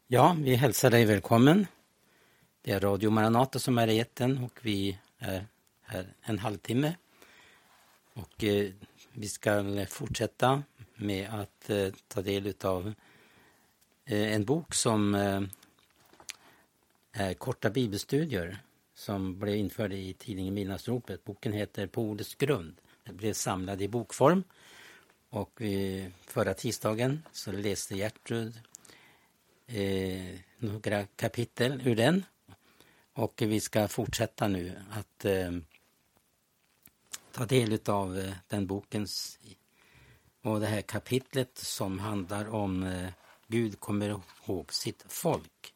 Ja, vi hälsar dig välkommen. Det är Radio Maranata som är i etern och vi är här en halvtimme. Och vi ska fortsätta med att ta del av en bok som är korta bibelstudier som blev införd i tidningen Midnattsropet. Boken heter På ordets grund. Den blev samlad i bokform. Och förra tisdagen så läste Gertrud några kapitel ur den. Och vi ska fortsätta nu att ta del av den bokens och det här kapitlet som handlar om Gud kommer ihåg sitt folk.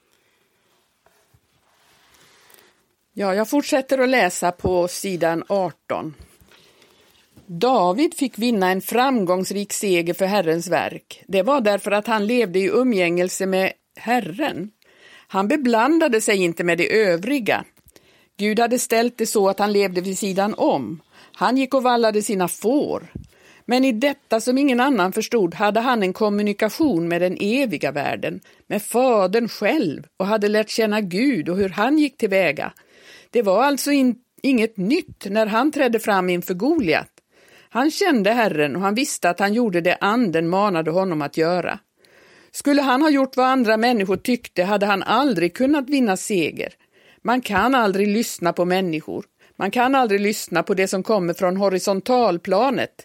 Ja, jag fortsätter att läsa på sidan 18. David fick vinna en framgångsrik seger för Herrens verk. Det var därför att han levde i umgängelse med Herren. Han beblandade sig inte med de övriga. Gud hade ställt det så att han levde vid sidan om. Han gick och vallade sina får. Men i detta som ingen annan förstod hade han en kommunikation med den eviga världen, med Fadern själv, och hade lärt känna Gud och hur han gick tillväga. Det var alltså inget nytt när han trädde fram inför Goliat. Han kände Herren och han visste att han gjorde det anden manade honom att göra. Skulle han ha gjort vad andra människor tyckte hade han aldrig kunnat vinna seger. Man kan aldrig lyssna på människor. Man kan aldrig lyssna på det som kommer från horisontalplanet.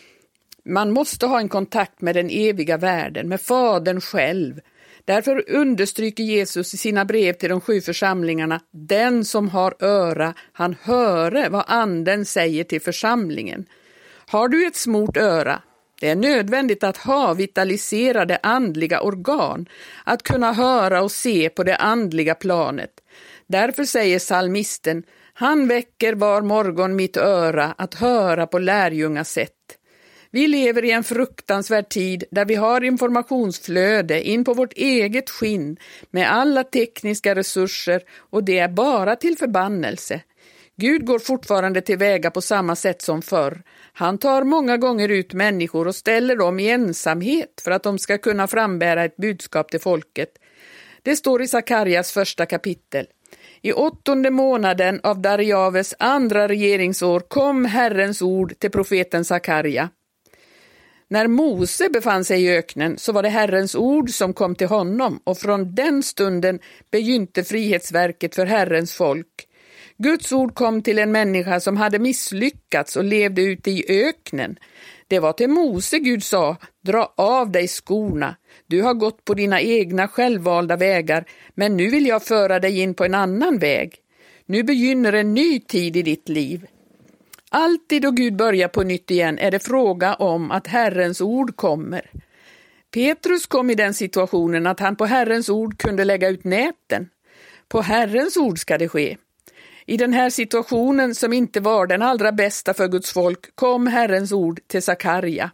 Man måste ha en kontakt med den eviga världen, med Fadern själv. Därför understryker Jesus i sina brev till de 7 församlingarna: den som har öra, han höre vad anden säger till församlingen. Har du ett smort öra? Det är nödvändigt att ha vitaliserade andliga organ, att kunna höra och se på det andliga planet. Därför säger psalmisten: han väcker var morgon mitt öra att höra på lärjungas sätt. Vi lever i en fruktansvärd tid där vi har informationsflöde in på vårt eget skinn med alla tekniska resurser, och det är bara till förbannelse. Gud går fortfarande tillväga på samma sätt som förr. Han tar många gånger ut människor och ställer dem i ensamhet för att de ska kunna frambära ett budskap till folket. Det står i Sakarias 1:a kapitel. I 8:e månaden av Darjaves 2:a regeringsår kom Herrens ord till profeten Sakaria. När Mose befann sig i öknen så var det Herrens ord som kom till honom, och från den stunden begynte frihetsverket för Herrens folk. Guds ord kom till en människa som hade misslyckats och levde ute i öknen. Det var till Mose Gud sa: dra av dig skorna. Du har gått på dina egna självvalda vägar, men nu vill jag föra dig in på en annan väg. Nu begynner en ny tid i ditt liv. Alltid då Gud börjar på nytt igen är det fråga om att Herrens ord kommer. Petrus kom i den situationen att han på Herrens ord kunde lägga ut näten. På Herrens ord ska det ske. I den här situationen, som inte var den allra bästa för Guds folk, kom Herrens ord till Sakaria.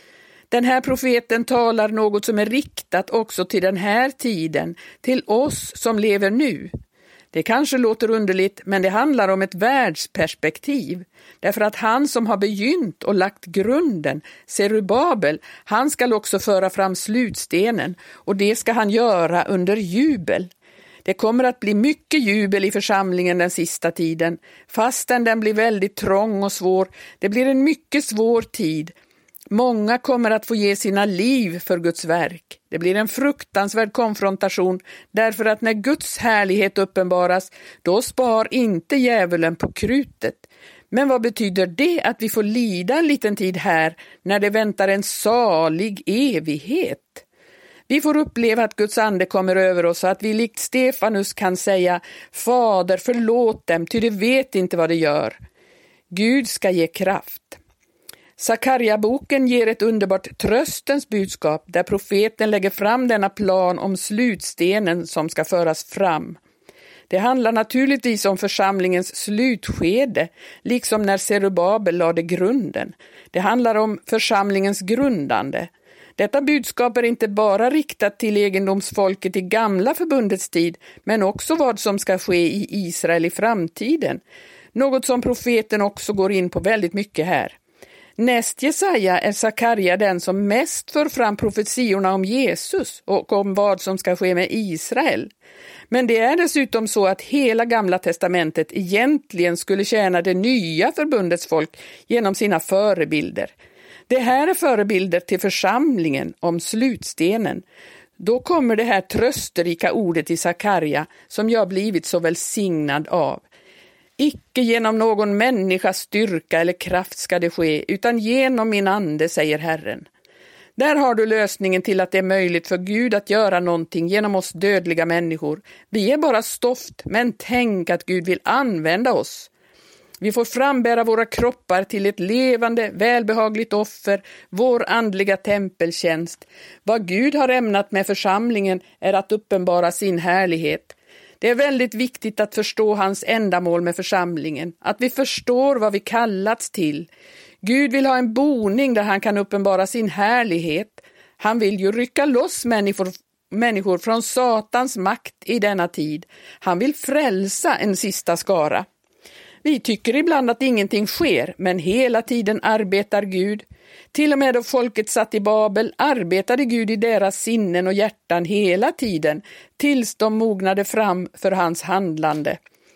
Den här profeten talar något som är riktat också till den här tiden, till oss som lever nu. Det kanske låter underligt, men det handlar om ett världsperspektiv. Därför att han som har begynt och lagt grunden, Zerubabel, han ska också föra fram slutstenen, och det ska han göra under jubel. Det kommer att bli mycket jubel i församlingen den sista tiden, fastän den blir väldigt trång och svår. Det blir en mycket svår tid. Många kommer att få ge sina liv för Guds verk. Det blir en fruktansvärd konfrontation, därför att när Guds härlighet uppenbaras, då spar inte djävulen på krutet. Men vad betyder det att vi får lida en liten tid här när det väntar en salig evighet? Vi får uppleva att Guds ande kommer över oss, så att vi likt Stefanus kan säga: Fader, förlåt dem, ty de vet inte vad de gör. Gud ska ge kraft. Sakaria-boken ger ett underbart tröstens budskap, där profeten lägger fram denna plan om slutstenen som ska föras fram. Det handlar naturligtvis om församlingens slutskede, liksom när Zerubabel lade grunden. Det handlar om församlingens grundande. Detta budskap är inte bara riktat till egendomsfolket i gamla förbundets tid, men också vad som ska ske i Israel i framtiden. Något som profeten också går in på väldigt mycket här. Näst Jesaja är Sakarja den som mest för fram profetiorna om Jesus och om vad som ska ske med Israel. Men det är dessutom så att hela Gamla testamentet egentligen skulle tjäna det nya förbundets folk genom sina förebilder. Det här är förebilder till församlingen om slutstenen. Då kommer det här trösterika ordet i Sakarja som jag blivit så välsignad av. Icke genom någon människas styrka eller kraft ska det ske, utan genom min ande, säger Herren. Där har du lösningen till att det är möjligt för Gud att göra någonting genom oss dödliga människor. Vi är bara stoft, men tänk att Gud vill använda oss. Vi får frambära våra kroppar till ett levande, välbehagligt offer, vår andliga tempeltjänst. Vad Gud har ämnat med församlingen är att uppenbara sin härlighet. Det är väldigt viktigt att förstå hans ändamål med församlingen, att vi förstår vad vi kallats till. Gud vill ha en boning där han kan uppenbara sin härlighet. Han vill ju rycka loss människor från Satans makt i denna tid. Han vill frälsa en sista skara. Vi tycker ibland att ingenting sker, men hela tiden arbetar Gud. Till och med då folket satt i Babel arbetade Gud i deras sinnen och hjärtan hela tiden, tills de mognade fram för hans handlande.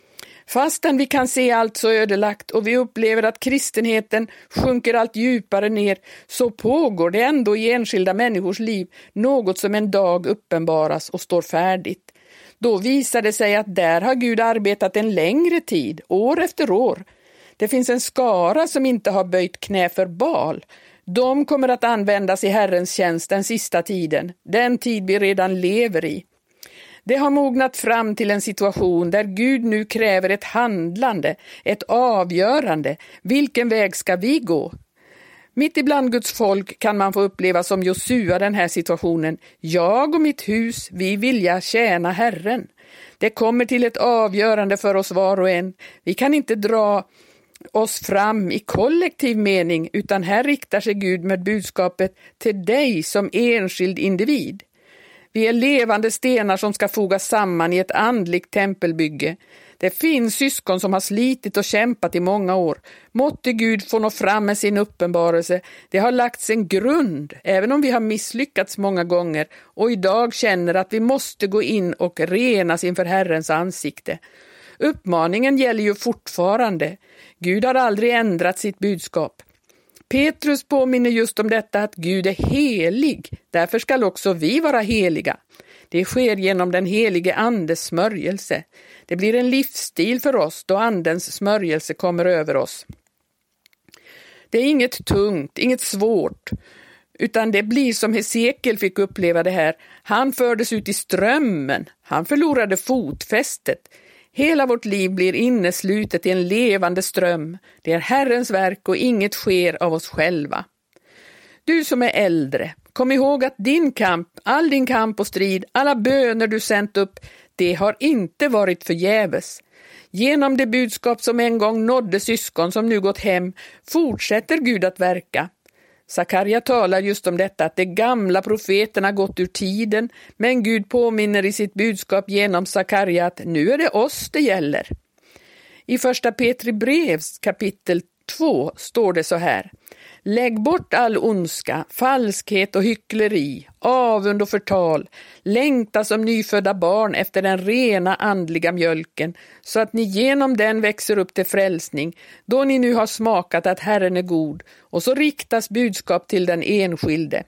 Fastän vi kan se allt så ödelagt och vi upplever att kristenheten sjunker allt djupare ner, så pågår det ändå i enskilda människors liv något som en dag uppenbaras och står färdigt. Då visar det sig att där har Gud arbetat en längre tid, år efter år. Det finns en skara som inte har böjt knä för Baal. De kommer att användas i Herrens tjänst den sista tiden, den tid vi redan lever i. Det har mognat fram till en situation där Gud nu kräver ett handlande, ett avgörande. Vilken väg ska vi gå? Mitt ibland Guds folk kan man få uppleva som Josua den här situationen. Jag och mitt hus, vi vilja tjäna Herren. Det kommer till ett avgörande för oss var och en. Vi kan inte dra oss fram i kollektiv mening, utan här riktar sig Gud med budskapet till dig som enskild individ. Vi är levande stenar som ska fogas samman i ett andligt tempelbygge. Det finns syskon som har slitit och kämpat i många år. Måtte Gud få nå fram med sin uppenbarelse. Det har lagts en grund, även om vi har misslyckats många gånger och idag känner att vi måste gå in och renas inför Herrens ansikte. Uppmaningen gäller ju fortfarande. Gud har aldrig ändrat sitt budskap. Petrus påminner just om detta att Gud är helig. Därför ska också vi vara heliga. Det sker genom den helige andes smörjelse. Det blir en livsstil för oss då andens smörjelse kommer över oss. Det är inget tungt, inget svårt, utan det blir som Hesekiel fick uppleva det här. Han fördes ut i strömmen, han förlorade fotfästet. Hela vårt liv blir inneslutet i en levande ström. Det är Herrens verk och inget sker av oss själva. Du som är äldre, kom ihåg att all din kamp och strid, alla böner du sänt upp, det har inte varit förgäves. Genom det budskap som en gång nådde syskon som nu gått hem, fortsätter Gud att verka. Sakarja talar just om detta, att de gamla profeterna gått ur tiden, men Gud påminner i sitt budskap genom Sakarja att nu är det oss det gäller. I första Petri brevs kapitel 2 står det så här: lägg bort all ondska, falskhet och hyckleri, avund och förtal, längta som nyfödda barn efter den rena andliga mjölken, så att ni genom den växer upp till frälsning, då ni nu har smakat att Herren är god. Och så riktas budskap till den enskilde.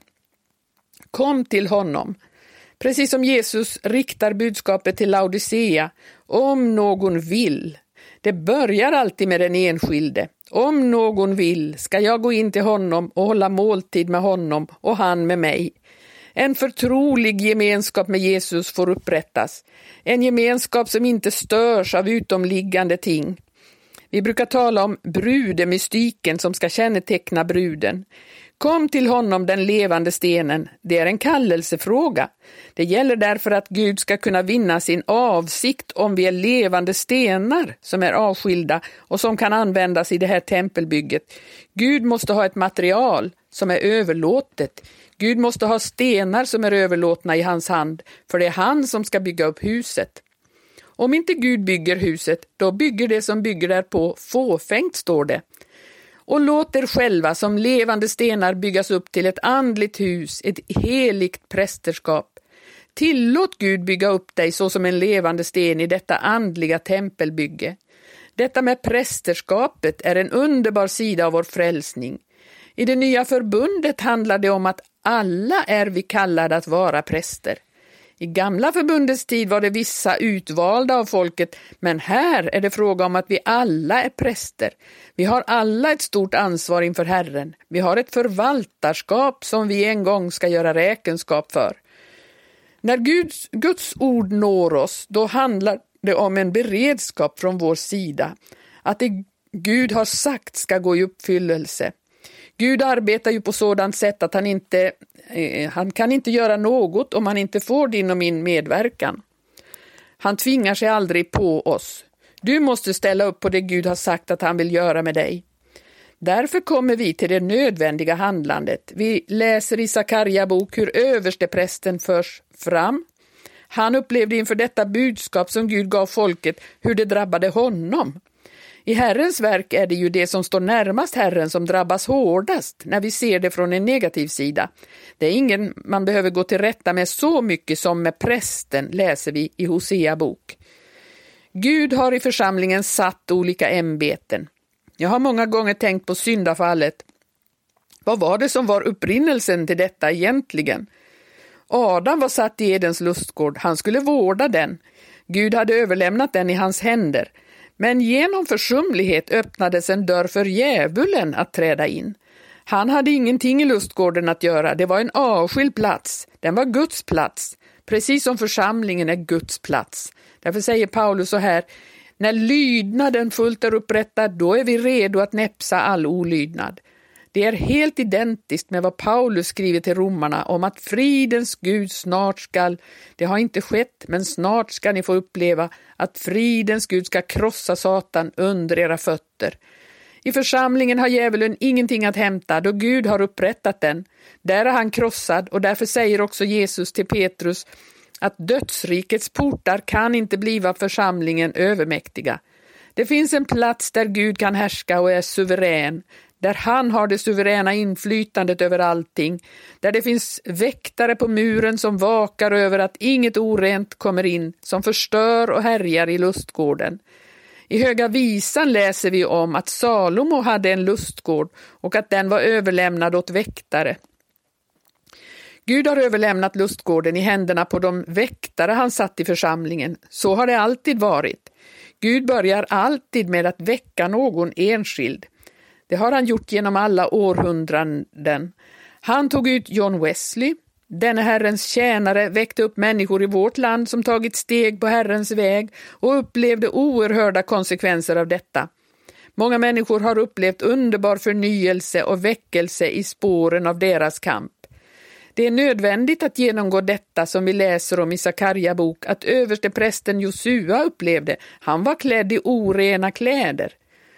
Kom till honom. Precis som Jesus riktar budskapet till Laodicea, om någon vill. Det börjar alltid med den enskilde. Om någon vill ska jag gå in till honom och hålla måltid med honom och han med mig. En förtrolig gemenskap med Jesus får upprättas. En gemenskap som inte störs av utomliggande ting. Vi brukar tala om brudemystiken som ska känneteckna bruden. Kom till honom, den levande stenen. Det är en kallelsefråga. Det gäller därför att Gud ska kunna vinna sin avsikt om vi är levande stenar som är avskilda och som kan användas i det här tempelbygget. Gud måste ha ett material som är överlåtet. Gud måste ha stenar som är överlåtna i hans hand, för det är han som ska bygga upp huset. Om inte Gud bygger huset, då bygger det som bygger därpå fåfängt, står det. Och låt er själva som levande stenar byggas upp till ett andligt hus, ett heligt prästerskap. Tillåt Gud bygga upp dig så som en levande sten i detta andliga tempelbygge. Detta med prästerskapet är en underbar sida av vår frälsning. I det nya förbundet handlar det om att alla är vi kallade att vara präster. I gamla förbundets tid var det vissa utvalda av folket, men här är det fråga om att vi alla är präster. Vi har alla ett stort ansvar inför Herren. Vi har ett förvaltarskap som vi en gång ska göra räkenskap för. När Guds ord når oss, då handlar det om en beredskap från vår sida. Att det Gud har sagt ska gå i uppfyllelse. Gud arbetar ju på sådant sätt att han kan inte göra något om han inte får din och min medverkan. Han tvingar sig aldrig på oss. Du måste ställa upp på det Gud har sagt att han vill göra med dig. Därför kommer vi till det nödvändiga handlandet. Vi läser i Sakarja bok hur översteprästen förs fram. Han upplevde inför detta budskap som Gud gav folket hur det drabbade honom. I Herrens verk är det ju det som står närmast Herren som drabbas hårdast när vi ser det från en negativ sida. Det är ingen man behöver gå till rätta med så mycket som med prästen, läser vi i Hosea bok. Gud har i församlingen satt olika ämbeten. Jag har många gånger tänkt på syndafallet. Vad var det som var upprinnelsen till detta egentligen? Adam var satt i Edens lustgård. Han skulle vårda den. Gud hade överlämnat den i hans händer. Men genom försumlighet öppnades en dörr för djävulen att träda in. Han hade ingenting i lustgården att göra. Det var en avskild plats. Den var Guds plats. Precis som församlingen är Guds plats. Därför säger Paulus så här: när lydnaden fullt är upprättad, då är vi redo att näpsa all olydnad. Det är helt identiskt med vad Paulus skriver till romarna om att fridens Gud snart skall, det har inte skett, men snart ska ni få uppleva att fridens Gud ska krossa Satan under era fötter. I församlingen har djävulen ingenting att hämta då Gud har upprättat den. Där är han krossad, och därför säger också Jesus till Petrus att dödsrikets portar kan inte bliva församlingen övermäktiga. Det finns en plats där Gud kan härska och är suverän, där han har det suveräna inflytandet över allting, där det finns väktare på muren som vakar över att inget orent kommer in, som förstör och härjar i lustgården. I Höga visan läser vi om att Salomo hade en lustgård och att den var överlämnad åt väktare. Gud har överlämnat lustgården i händerna på de väktare han satt i församlingen. Så har det alltid varit. Gud börjar alltid med att väcka någon enskild. Det har han gjort genom alla århundraden. Han tog ut John Wesley. Denne Herrens tjänare väckte upp människor i vårt land som tagit steg på Herrens väg och upplevde oerhörda konsekvenser av detta. Många människor har upplevt underbar förnyelse och väckelse i spåren av deras kamp. Det är nödvändigt att genomgå detta som vi läser om i Sakarja bok att översteprästen Josua upplevde. Han var klädd i orena kläder.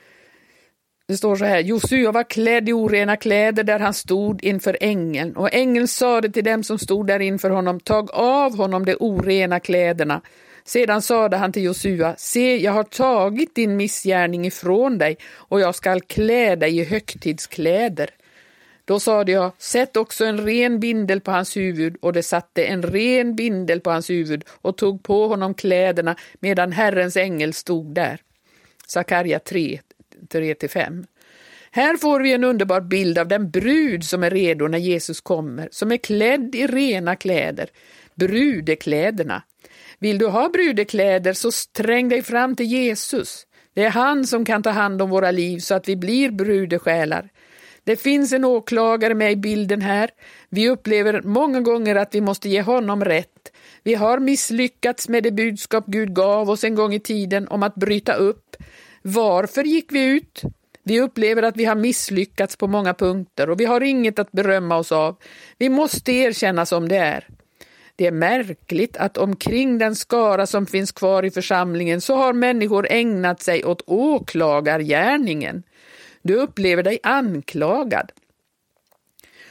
Det står så här: Josua var klädd i orena kläder där han stod inför ängeln. Och ängeln sade till dem som stod där inför honom: tag av honom de orena kläderna. Sedan sade han till Josua: se, jag har tagit din missgärning ifrån dig och jag skall klä dig i högtidskläder. Då sade jag: sätt också en ren bindel på hans huvud, och det satte en ren bindel på hans huvud och tog på honom kläderna medan Herrens ängel stod där. Sakarja 3:3-5. Här får vi en underbar bild av den brud som är redo när Jesus kommer, som är klädd i rena kläder, brudekläderna. Vill du ha brudekläder så sträng dig fram till Jesus. Det är han som kan ta hand om våra liv så att vi blir brudesjälar. Det finns en åklagare med i bilden här. Vi upplever många gånger att vi måste ge honom rätt. Vi har misslyckats med det budskap Gud gav oss en gång i tiden om att bryta upp. Varför gick vi ut? Vi upplever att vi har misslyckats på många punkter och vi har inget att berömma oss av. Vi måste erkänna som det är. Det är märkligt att omkring den skara som finns kvar i församlingen så har människor ägnat sig åt åklagargärningen. Du upplever dig anklagad.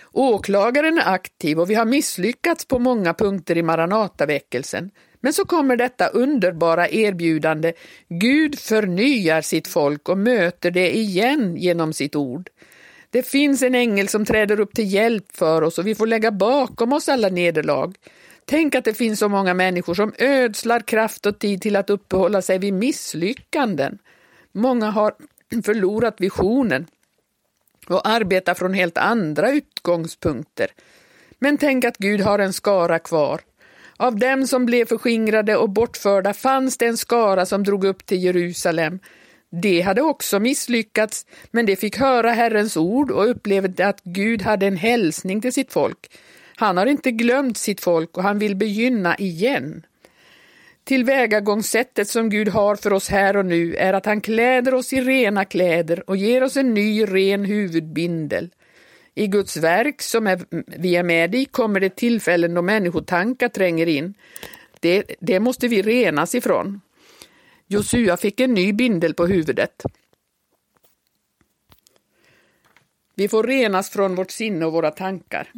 Åklagaren är aktiv och vi har misslyckats på många punkter i Maranataväckelsen. Men så kommer detta underbara erbjudande. Gud förnyar sitt folk och möter det igen genom sitt ord. Det finns en ängel som träder upp till hjälp för oss och vi får lägga bakom oss alla nederlag. Tänk att det finns så många människor som ödslar kraft och tid till att uppehålla sig vid misslyckanden. Många har förlorat visionen och arbetar från helt andra utgångspunkter. Men tänk att Gud har en skara kvar. Av dem som blev förskingrade och bortförda fanns det en skara som drog upp till Jerusalem. Det hade också misslyckats, men det fick höra Herrens ord och upplevde att Gud hade en hälsning till sitt folk. Han har inte glömt sitt folk och han vill begynna igen. Tillvägagångssättet som Gud har för oss här och nu är att han kläder oss i rena kläder och ger oss en ny ren huvudbindel. I Guds verk som vi är med i kommer det tillfällen då människotankar tränger in. Det måste vi renas ifrån. Josua fick en ny bindel på huvudet. Vi får renas från vårt sinne och våra tankar.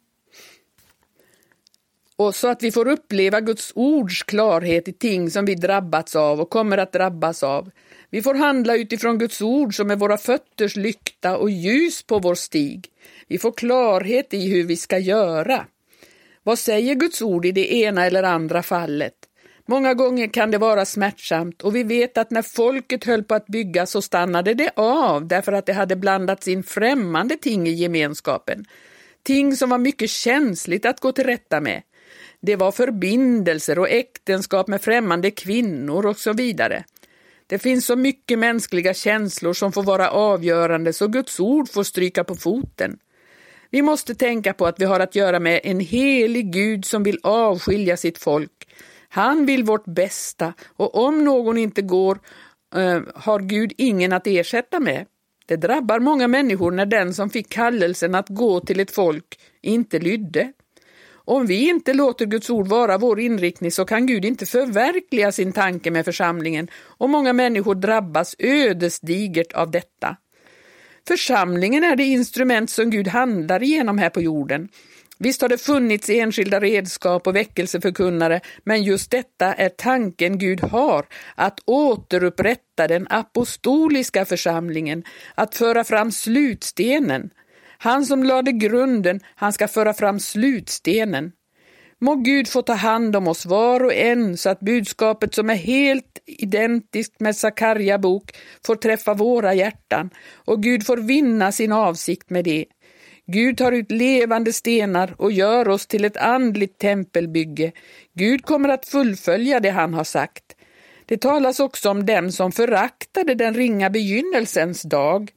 Och så att vi får uppleva Guds ords klarhet i ting som vi drabbats av och kommer att drabbas av. Vi får handla utifrån Guds ord som är våra fötters lykta och ljus på vår stig. Vi får klarhet i hur vi ska göra. Vad säger Guds ord i det ena eller andra fallet? Många gånger kan det vara smärtsamt och vi vet att när folket höll på att bygga så stannade det av därför att det hade blandats in främmande ting i gemenskapen. Ting som var mycket känsligt att gå till rätta med. Det var förbindelser och äktenskap med främmande kvinnor och så vidare. Det finns så mycket mänskliga känslor som får vara avgörande så Guds ord får stryka på foten. Vi måste tänka på att vi har att göra med en helig Gud som vill avskilja sitt folk. Han vill vårt bästa och om någon inte går har Gud ingen att ersätta med. Det drabbar många människor när den som fick kallelsen att gå till ett folk inte lydde. Om vi inte låter Guds ord vara vår inriktning så kan Gud inte förverkliga sin tanke med församlingen och många människor drabbas ödesdigert av detta. Församlingen är det instrument som Gud handlar igenom här på jorden. Visst har det funnits enskilda redskap och väckelseförkunnare, men just detta är tanken Gud har, att återupprätta den apostoliska församlingen, att föra fram slutstenen. Han som lade grunden, han ska föra fram slutstenen. Må Gud få ta hand om oss var och en så att budskapet som är helt identiskt med Sakarja bok får träffa våra hjärtan och Gud får vinna sin avsikt med det. Gud tar ut levande stenar och gör oss till ett andligt tempelbygge. Gud kommer att fullfölja det han har sagt. Det talas också om dem som föraktade den ringa begynnelsens dag.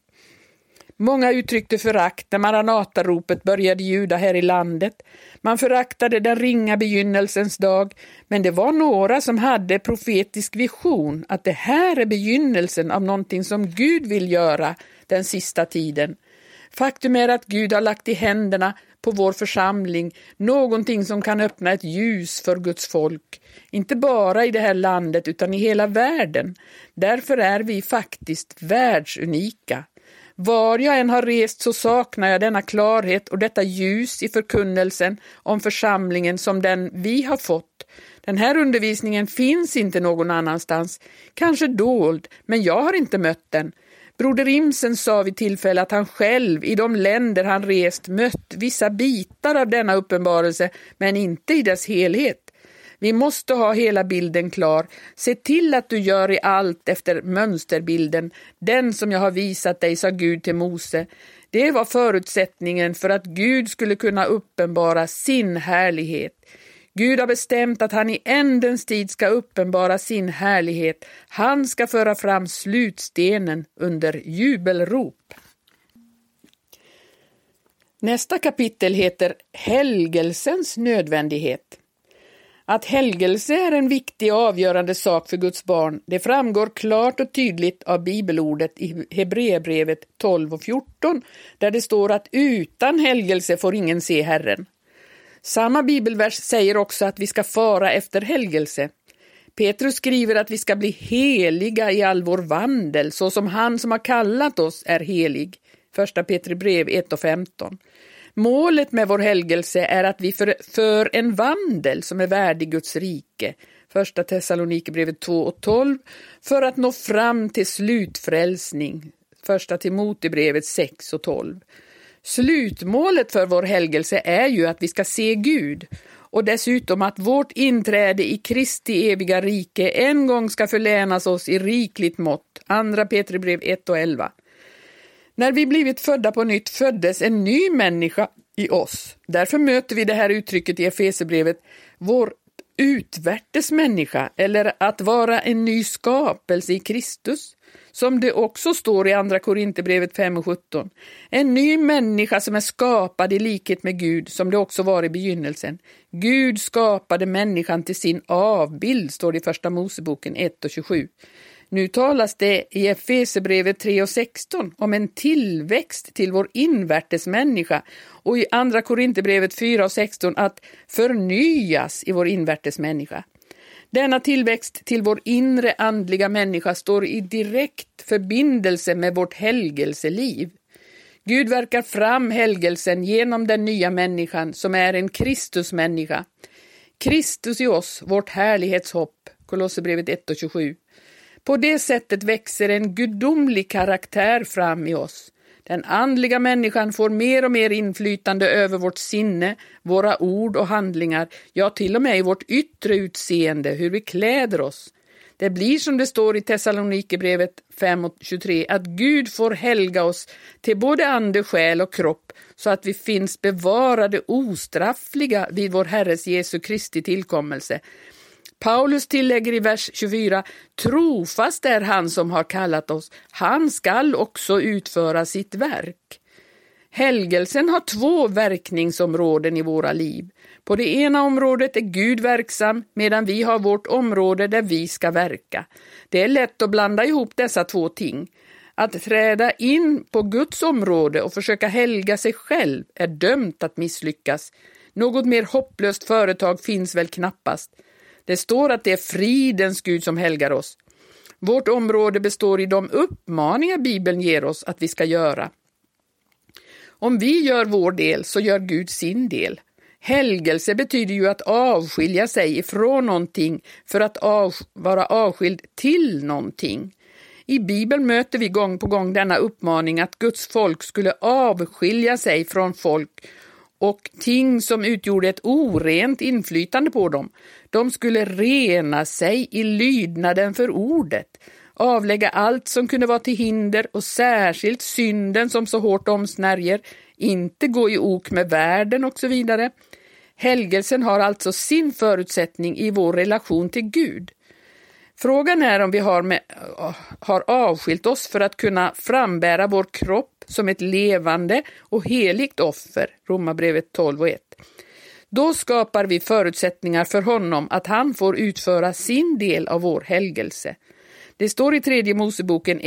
Många uttryckte förakt när Maranataropet började ljuda här i landet. Man föraktade den ringa begynnelsens dag, men det var några som hade profetisk vision att det här är begynnelsen av någonting som Gud vill göra den sista tiden. Faktum är att Gud har lagt i händerna på vår församling någonting som kan öppna ett ljus för Guds folk. Inte bara i det här landet utan i hela världen. Därför är vi faktiskt världsunika. Var jag än har rest så saknar jag denna klarhet och detta ljus i förkunnelsen om församlingen som den vi har fått. Den här undervisningen finns inte någon annanstans, kanske dold, men jag har inte mött den. Broder Imsen sa vid tillfälle att han själv i de länder han rest mött vissa bitar av denna uppenbarelse, men inte i dess helhet. Vi måste ha hela bilden klar. Se till att du gör i allt efter mönsterbilden. Den som jag har visat dig, sa Gud till Mose. Det var förutsättningen för att Gud skulle kunna uppenbara sin härlighet. Gud har bestämt att han i ändens tid ska uppenbara sin härlighet. Han ska föra fram slutstenen under jubelrop. Nästa kapitel heter Helgelsens nödvändighet. Att helgelse är en viktig och avgörande sak för Guds barn, det framgår klart och tydligt av bibelordet i Hebreerbrevet 12 och 14, där det står att utan helgelse får ingen se Herren. Samma bibelvers säger också att vi ska fara efter helgelse. Petrus skriver att vi ska bli heliga i all vår vandel, så som han som har kallat oss är helig. 1 Petrus brev 1 och 15. Målet med vår helgelse är att vi för en vandel som är värdig Guds rike. Första Thessalonikerbrevet 2:12, för att nå fram till slutfrälsning. Första Timotebrevet 6:12. Slutmålet för vår helgelse är ju att vi ska se Gud, och dessutom att vårt inträde i Kristi eviga rike en gång ska förlänas oss i rikligt mått. Andra Petribrev 1:11. När vi blivit födda på nytt föddes en ny människa i oss. Därför möter vi det här uttrycket i Efesierbrevet, vår utvärtes människa, eller att vara en ny skapelse i Kristus, som det också står i andra Korinthierbrevet 5:17. En ny människa som är skapad i likhet med Gud, som det också var i begynnelsen. Gud skapade människan till sin avbild, står det i första Moseboken 1:27. Nu talas det i Efesierbrevet 3:16 om en tillväxt till vår invärtes människa, och i andra Korinthierbrevet 4:16 att förnyas i vår invärtes människa. Denna tillväxt till vår inre andliga människa står i direkt förbindelse med vårt helgelseliv. Gud verkar fram helgelsen genom den nya människan som är en Kristusmänniska. Kristus i oss, vårt härlighetshopp, Kolosserbrevet 1:27. På det sättet växer en gudomlig karaktär fram i oss. Den andliga människan får mer och mer inflytande över vårt sinne, våra ord och handlingar, ja till och med i vårt yttre utseende, hur vi kläder oss. Det blir som det står i Thessalonikerbrevet 5:23 att Gud får helga oss till både ande, själ och kropp, så att vi finns bevarade ostraffliga vid vår Herres Jesu Kristi tillkommelse. Paulus tillägger i vers 24, trofast är han som har kallat oss, han skall också utföra sitt verk. Helgelsen har 2 verkningsområden i våra liv. På det ena området är Gud verksam, medan vi har vårt område där vi ska verka. Det är lätt att blanda ihop dessa 2 ting. Att träda in på Guds område och försöka helga sig själv är dömt att misslyckas. Något mer hopplöst företag finns väl knappast. Det står att det är fridens Gud som helgar oss. Vårt område består i de uppmaningar Bibeln ger oss att vi ska göra. Om vi gör vår del så gör Gud sin del. Helgelse betyder ju att avskilja sig ifrån någonting för att vara avskild till någonting. I Bibeln möter vi gång på gång denna uppmaning att Guds folk skulle avskilja sig från folk och ting som utgjorde ett orent inflytande på dem. De skulle rena sig i lydnaden för ordet, avlägga allt som kunde vara till hinder och särskilt synden som så hårt omsnärjer, inte gå i ok med världen och så vidare. Helgelsen har alltså sin förutsättning i vår relation till Gud. Frågan är om vi har avskilt oss för att kunna frambära vår kropp som ett levande och heligt offer, Romarbrevet 12:1. Då skapar vi förutsättningar för honom att han får utföra sin del av vår helgelse. Det står i 3 Moseboken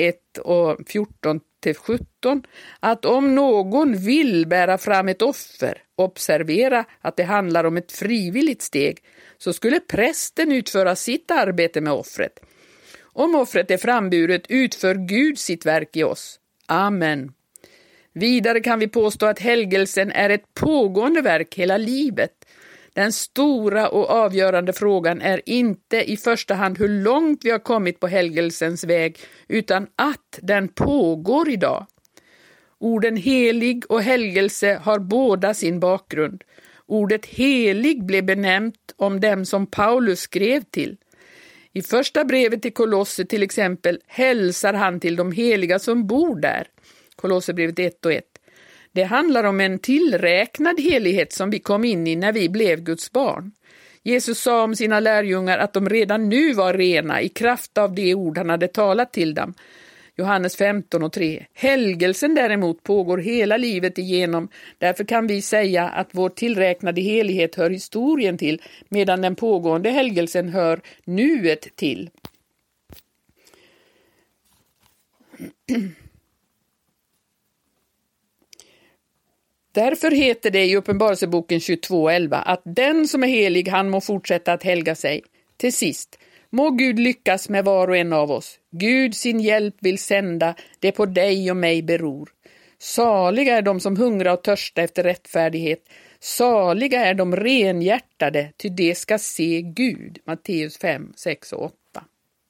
1:14-17 att om någon vill bära fram ett offer, observera att det handlar om ett frivilligt steg, så skulle prästen utföra sitt arbete med offret. Om offret är framburet utför Gud sitt verk i oss. Amen. Vidare kan vi påstå att helgelsen är ett pågående verk hela livet. Den stora och avgörande frågan är inte i första hand hur långt vi har kommit på helgelsens väg, utan att den pågår idag. Orden helig och helgelse har båda sin bakgrund. Ordet helig blev benämnt om dem som Paulus skrev till. I första brevet till Kolosser till exempel hälsar han till de heliga som bor där. Kolosserbrevet 1:1. Det handlar om en tillräknad helighet som vi kom in i när vi blev Guds barn. Jesus sa om sina lärjungar att de redan nu var rena i kraft av det ord han hade talat till dem. Johannes 15:3. Helgelsen däremot pågår hela livet igenom. Därför kan vi säga att vår tillräknade helighet hör historien till, medan den pågående helgelsen hör nuet till. Därför heter det i Uppenbarelseboken 22:11 att den som är helig, han må fortsätta att helga sig. Till sist, må Gud lyckas med var och en av oss. Gud sin hjälp vill sända, det på dig och mig beror. Saliga är de som hungrar och törstar efter rättfärdighet. Saliga är de renhjärtade, ty de ska se Gud. Matteus 5, 6 och 8.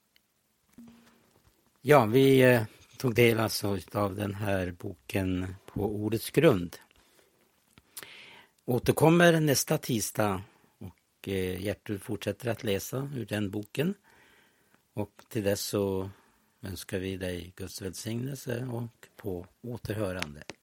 Ja, vi tog del alltså av den här boken På ordets grund. Återkommer nästa tisdag och Gertrud fortsätter att läsa ur den boken. Och till dess så önskar vi dig Guds välsignelse och på återhörande.